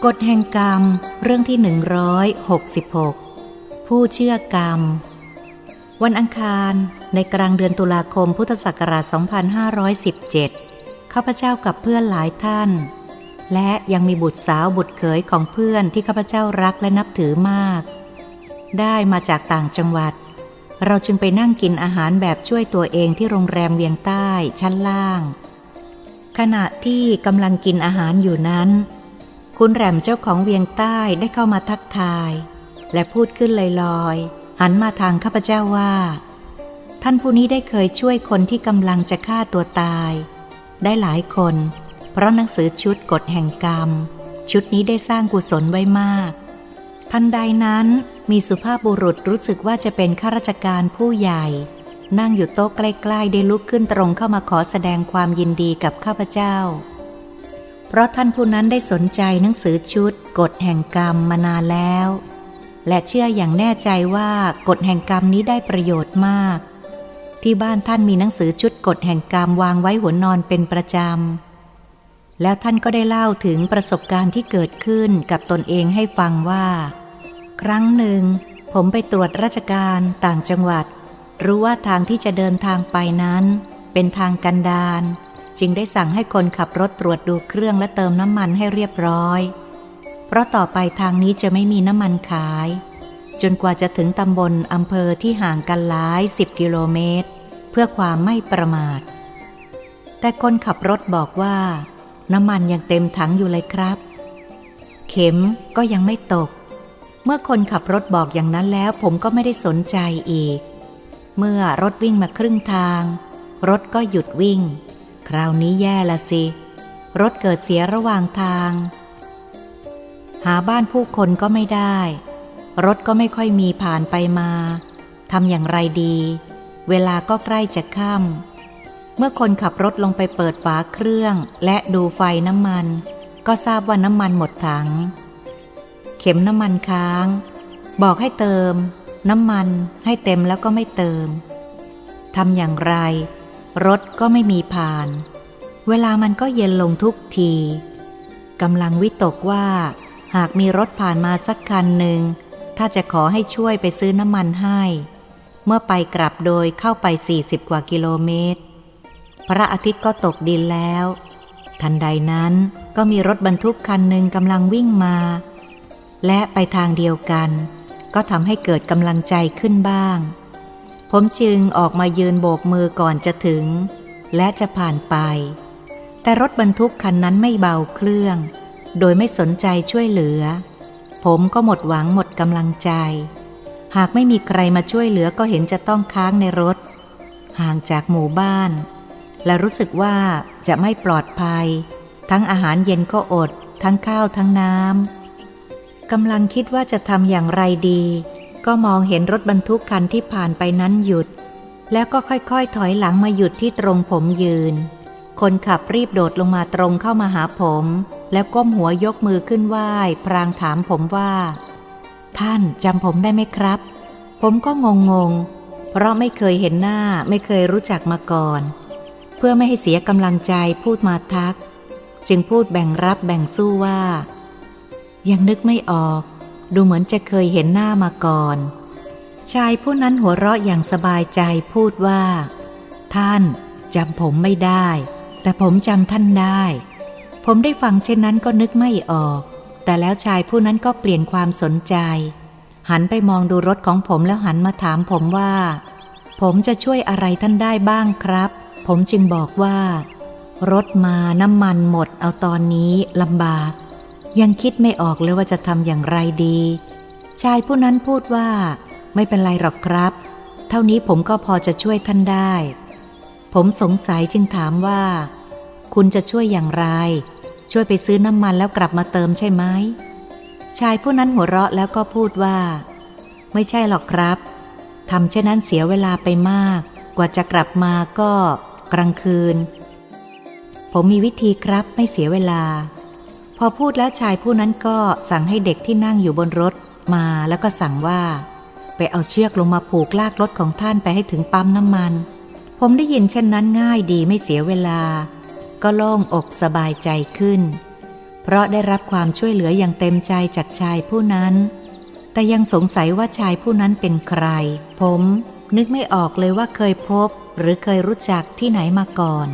ฎแห่งกรรมเรื่องที่166ผู้เชื่อกรรมวันอังคารในกลางเดือนตุลาคมพุทธศักราช2517ข้าพเจ้ากับเพื่อนหลายท่านและยังมีบุตรสาวบุตรเขยของเพื่อนที่ข้าพเจ้ารักและนับถือมากได้มาจากต่างจังหวัดเราจึงไปนั่งกินอาหารแบบช่วยตัวเองที่โรงแรมเวียงใต้ชั้นล่างขณะที่กำลังกินอาหารอยู่นั้นคุณแหม่มเจ้าของเวียงใต้ได้เข้ามาทักทายและพูดขึ้นลอยๆหันมาทางข้าพเจ้าว่าท่านผู้นี้ได้เคยช่วยคนที่กำลังจะฆ่าตัวตายได้หลายคนเพราะหนังสือชุดกฎแห่งกรรมชุดนี้ได้สร้างกุศลไว้มากทันใดนั้นมีสุภาพบุรุษรู้สึกว่าจะเป็นข้าราชการผู้ใหญ่นั่งอยู่โต๊ะใกล้ๆได้ลุกขึ้นตรงเข้ามาขอแสดงความยินดีกับข้าพเจ้าเพราะท่านผู้นั้นได้สนใจหนังสือชุดกฎแห่งกรรมมานานแล้วและเชื่ออย่างแน่ใจว่ากฎแห่งกรรมนี้ได้ประโยชน์มากที่บ้านท่านมีหนังสือชุดกฎแห่งกรรมวางไว้หัวนอนเป็นประจำแล้วท่านก็ได้เล่าถึงประสบการณ์ที่เกิดขึ้นกับตนเองให้ฟังว่าครั้งหนึ่งผมไปตรวจราชการต่างจังหวัดรู้ว่าทางที่จะเดินทางไปนั้นเป็นทางกันดารจึงได้สั่งให้คนขับรถตรวจดูเครื่องและเติมน้ำมันให้เรียบร้อยเพราะต่อไปทางนี้จะไม่มีน้ำมันขายจนกว่าจะถึงตำบลอำเภอที่ห่างกันหลาย10 กิโลเมตรเพื่อความไม่ประมาทแต่คนขับรถบอกว่าน้ำมันยังเต็มถังอยู่เลยครับเข็มก็ยังไม่ตกเมื่อคนขับรถบอกอย่างนั้นแล้วผมก็ไม่ได้สนใจอีกเมื่อรถวิ่งมาครึ่งทางรถก็หยุดวิ่งคราวนี้แย่ละสิรถเกิดเสียระหว่างทางหาบ้านผู้คนก็ไม่ได้รถก็ไม่ค่อยมีผ่านไปมาทำอย่างไรดีเวลาก็ใกล้จะค่ำเมื่อคนขับรถลงไปเปิดฝาเครื่องและดูไฟน้ำมันก็ทราบว่าน้ำมันหมดถังเข็มน้ำมันค้างบอกให้เติมน้ำมันให้เต็มแล้วก็ไม่เติมทำอย่างไรรถก็ไม่มีผ่านเวลามันก็เย็นลงทุกทีกำลังวิตกว่าหากมีรถผ่านมาสักคันหนึ่งถ้าจะขอให้ช่วยไปซื้อน้ำมันให้เมื่อไปกลับโดยเข้าไป40 กว่ากิโลเมตรพระอาทิตย์ก็ตกดินแล้วทันใดนั้นก็มีรถบรรทุกคันหนึ่งกำลังวิ่งมาและไปทางเดียวกันก็ทำให้เกิดกำลังใจขึ้นบ้างผมจึงออกมายืนโบกมือก่อนจะถึงและจะผ่านไปแต่รถบรรทุกคันนั้นไม่เบาเครื่องโดยไม่สนใจช่วยเหลือผมก็หมดหวังหมดกำลังใจหากไม่มีใครมาช่วยเหลือก็เห็นจะต้องค้างในรถห่างจากหมู่บ้านและรู้สึกว่าจะไม่ปลอดภัยทั้งอาหารเย็นก็อดทั้งข้าวทั้งน้ำกำลังคิดว่าจะทำอย่างไรดีก็มองเห็นรถบรรทุกคันที่ผ่านไปนั้นหยุดแล้วก็ค่อยๆถอยหลังมาหยุดที่ตรงผมยืนคนขับรีบโดดลงมาตรงเข้ามาหาผมแล้วก้มหัวยกมือขึ้นไหว้พลางถามผมว่าท่านจำผมได้ไหมครับผมก็งงเพราะไม่เคยเห็นหน้าไม่เคยรู้จักมาก่อนเพื่อไม่ให้เสียกำลังใจพูดมาทักจึงพูดแบ่งรับแบ่งสู้ว่ายังนึกไม่ออกดูเหมือนจะเคยเห็นหน้ามาก่อนชายผู้นั้นหัวเราะอย่างสบายใจพูดว่าท่านจำผมไม่ได้แต่ผมจำท่านได้ผมได้ฟังเช่นนั้นก็นึกไม่ออกแต่แล้วชายผู้นั้นก็เปลี่ยนความสนใจหันไปมองดูรถของผมแล้วหันมาถามผมว่าผมจะช่วยอะไรท่านได้บ้างครับผมจึงบอกว่ารถมาน้ำมันหมดเอาตอนนี้ลำบากยังคิดไม่ออกเลยว่าจะทำอย่างไรดีชายผู้นั้นพูดว่าไม่เป็นไรหรอกครับเท่านี้ผมก็พอจะช่วยท่านได้ผมสงสัยจึงถามว่าคุณจะช่วยอย่างไรช่วยไปซื้อน้ำมันแล้วกลับมาเติมใช่ไหมชายผู้นั้นหัวเราะแล้วก็พูดว่าไม่ใช่หรอกครับทำเช่นนั้นเสียเวลาไปมากกว่าจะกลับมาก็กลางคืนผมมีวิธีครับไม่เสียเวลาพอพูดแล้วชายผู้นั้นก็สั่งให้เด็กที่นั่งอยู่บนรถมาแล้วก็สั่งว่าไปเอาเชือกลงมาผูกลากรถของท่านไปให้ถึงปั๊มน้ำมันผมได้ยินเช่นนั้นง่ายดีไม่เสียเวลาก็โล่งอกสบายใจขึ้นเพเพราะได้รับความช่วยเหลืออย่างเต็มใจจากชายผู้นั้นแต่ยังสงสัยว่าชายผู้นั้นเป็นใครผมนึกไม่ออกเลยว่าเคยพบหรือเคยรู้จักที่ไหนมาก่อน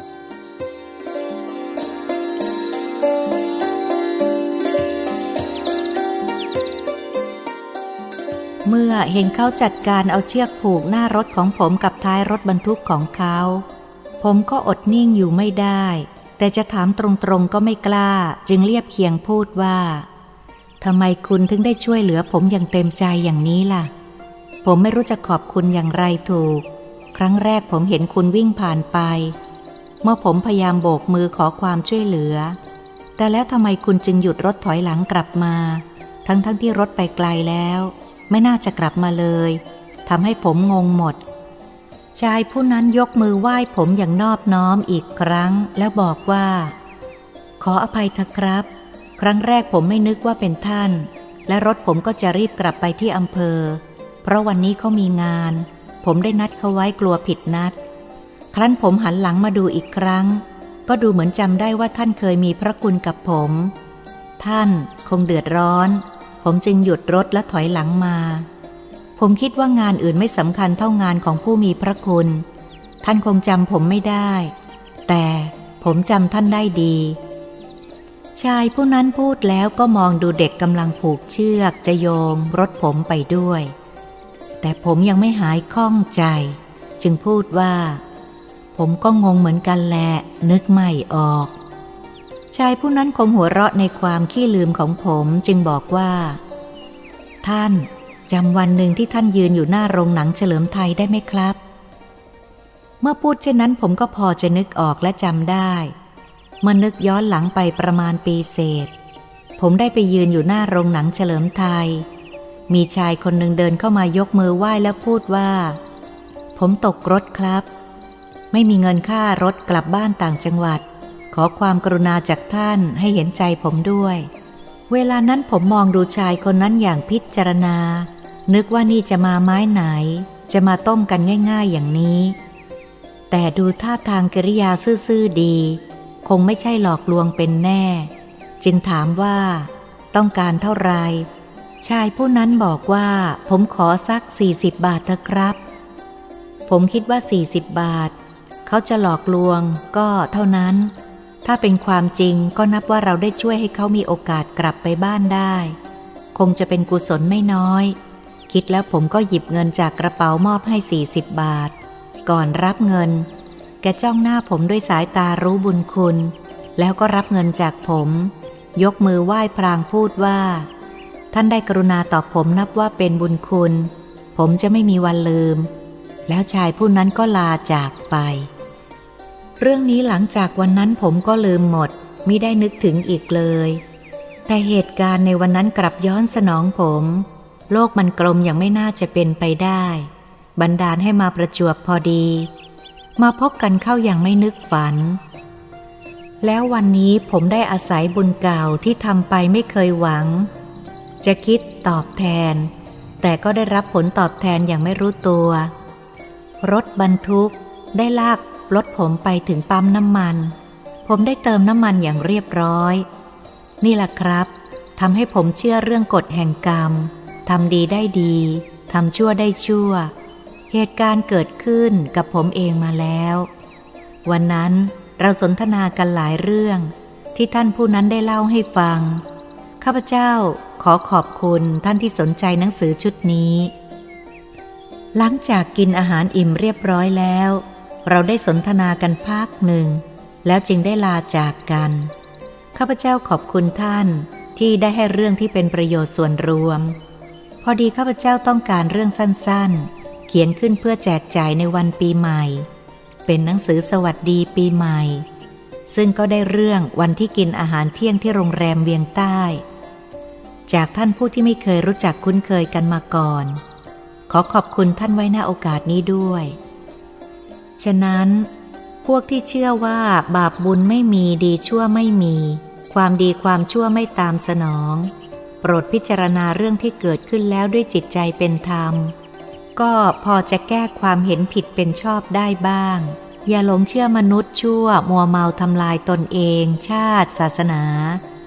เมื่อเห็นเขาจัดการเอาเชือกผูกหน้ารถของผมกับท้ายรถบรรทุกของเขาผมก็อดนิ่งอยู่ไม่ได้แต่จะถามตรงๆก็ไม่กล้าจึงเรียบเคียงพูดว่าทำไมคุณถึงได้ช่วยเหลือผมอย่างเต็มใจอย่างนี้ล่ะผมไม่รู้จะขอบคุณอย่างไรถูกครั้งแรกผมเห็นคุณวิ่งผ่านไปเมื่อผมพยายามโบกมือขอความช่วยเหลือแต่แล้วทำไมคุณจึงหยุดรถถอยหลังกลับมาทั้งที่รถไปไกลแล้วไม่น่าจะกลับมาเลยทำให้ผมงงหมดชายผู้นั้นยกมือไหว้ผมอย่างนอบน้อมอีกครั้งแล้วบอกว่าขออภัยเถอะครับครั้งแรกผมไม่นึกว่าเป็นท่านและรถผมก็จะรีบกลับไปที่อำเภอเพราะวันนี้เขามีงานผมได้นัดเขาไว้กลัวผิดนัดครั้นผมหันหลังมาดูอีกครั้งก็ดูเหมือนจำได้ว่าท่านเคยมีพระคุณกับผมท่านคงเดือดร้อนผมจึงหยุดรถและถอยหลังมาผมคิดว่างานอื่นไม่สำคัญเท่างานของผู้มีพระคุณท่านคงจำผมไม่ได้แต่ผมจำท่านได้ดีชายผู้นั้นพูดแล้วก็มองดูเด็กกำลังผูกเชือกจะโยงรถผมไปด้วยแต่ผมยังไม่หายข้องใจจึงพูดว่าผมก็งงเหมือนกันแหละนึกไม่ออกชายผู้นั้นคงหัวเราะในความขี้ลืมของผมจึงบอกว่าท่านจำวันหนึ่งที่ท่านยืนอยู่หน้าโรงหนังเฉลิมไทยได้ไหมครับเมื่อพูดเช่นนั้นผมก็พอจะนึกออกและจำได้เมื่อนึกย้อนหลังไปประมาณปีเศษผมได้ไปยืนอยู่หน้าโรงหนังเฉลิมไทยมีชายคนหนึ่งเดินเข้ามายกมือไหว้แล้วพูดว่าผมตกรถครับไม่มีเงินค่ารถกลับบ้านต่างจังหวัดขอความกรุณาจากท่านให้เห็นใจผมด้วยเวลานั้นผมมองดูชายคนนั้นอย่างพิจารณานึกว่านี่จะมาไม้ไหนจะมาต้มกันง่ายๆอย่างนี้แต่ดูท่าทางกิริยาซื่อๆดีคงไม่ใช่หลอกลวงเป็นแน่จึงถามว่าต้องการเท่าไรชายผู้นั้นบอกว่าผมขอสัก40 บาทเถอะครับผมคิดว่า40 บาทเขาจะหลอกลวงก็เท่านั้นถ้าเป็นความจริงก็นับว่าเราได้ช่วยให้เขามีโอกาสกลับไปบ้านได้คงจะเป็นกุศลไม่น้อยคิดแล้วผมก็หยิบเงินจากกระเป๋ามอบให้40 บาทก่อนรับเงินแกจ้องหน้าผมด้วยสายตารู้บุญคุณแล้วก็รับเงินจากผมยกมือไหว้พลางพูดว่าท่านได้กรุณาตอบผมนับว่าเป็นบุญคุณผมจะไม่มีวันลืมแล้วชายผู้นั้นก็ลาจากไปเรื่องนี้หลังจากวันนั้นผมก็ลืมหมดมิได้นึกถึงอีกเลยแต่เหตุการณ์ในวันนั้นกลับย้อนสนองผมโลกมันกลมอย่างไม่น่าจะเป็นไปได้บันดาลให้มาประจวบพอดีมาพบกันเข้าอย่างไม่นึกฝันแล้ววันนี้ผมได้อาศัยบุญเก่าที่ทำไปไม่เคยหวังจะคิดตอบแทนแต่ก็ได้รับผลตอบแทนอย่างไม่รู้ตัวรถบรรทุกได้ลากรถผมไปถึงปั๊มน้ำมันผมได้เติมน้ำมันอย่างเรียบร้อยนี่แหละครับทำให้ผมเชื่อเรื่องกฎแห่งกรรมทำดีได้ดีทำชั่วได้ชั่วเหตุการณ์เกิดขึ้นกับผมเองมาแล้ววันนั้นเราสนทนากันหลายเรื่องที่ท่านผู้นั้นได้เล่าให้ฟังข้าพเจ้าขอขอบคุณท่านที่สนใจหนังสือชุดนี้หลังจากกินอาหารอิ่มเรียบร้อยแล้วเราได้สนทนากันพักหนึ่งแล้วจึงได้ลาจากกันข้าพเจ้าขอบคุณท่านที่ได้ให้เรื่องที่เป็นประโยชน์ส่วนรวมพอดีข้าพเจ้าต้องการเรื่องสั้นๆเขียนขึ้นเพื่อแจกจ่ายในวันปีใหม่เป็นหนังสือสวัสดีปีใหม่ซึ่งก็ได้เรื่องวันที่กินอาหารเที่ยงที่โรงแรมเวียงใต้จากท่านผู้ที่ไม่เคยรู้จักคุ้นเคยกันมาก่อนขอขอบคุณท่านไว้ณโอกาสนี้ด้วยฉะนั้นพวกที่เชื่อว่าบาปบุญไม่มีดีชั่วไม่มีความดีความชั่วไม่ตามสนองโปรดพิจารณาเรื่องที่เกิดขึ้นแล้วด้วยจิตใจเป็นธรรมก็พอจะแก้ความเห็นผิดเป็นชอบได้บ้างอย่าหลงเชื่อมนุษย์ชั่วมัวเมาทำลายตนเองชาติศาสนา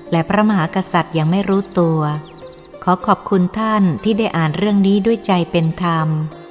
และพระมหากษัตริย์ยังไม่รู้ตัวขอขอบคุณท่านที่ได้อ่านเรื่องนี้ด้วยใจเป็นธรรม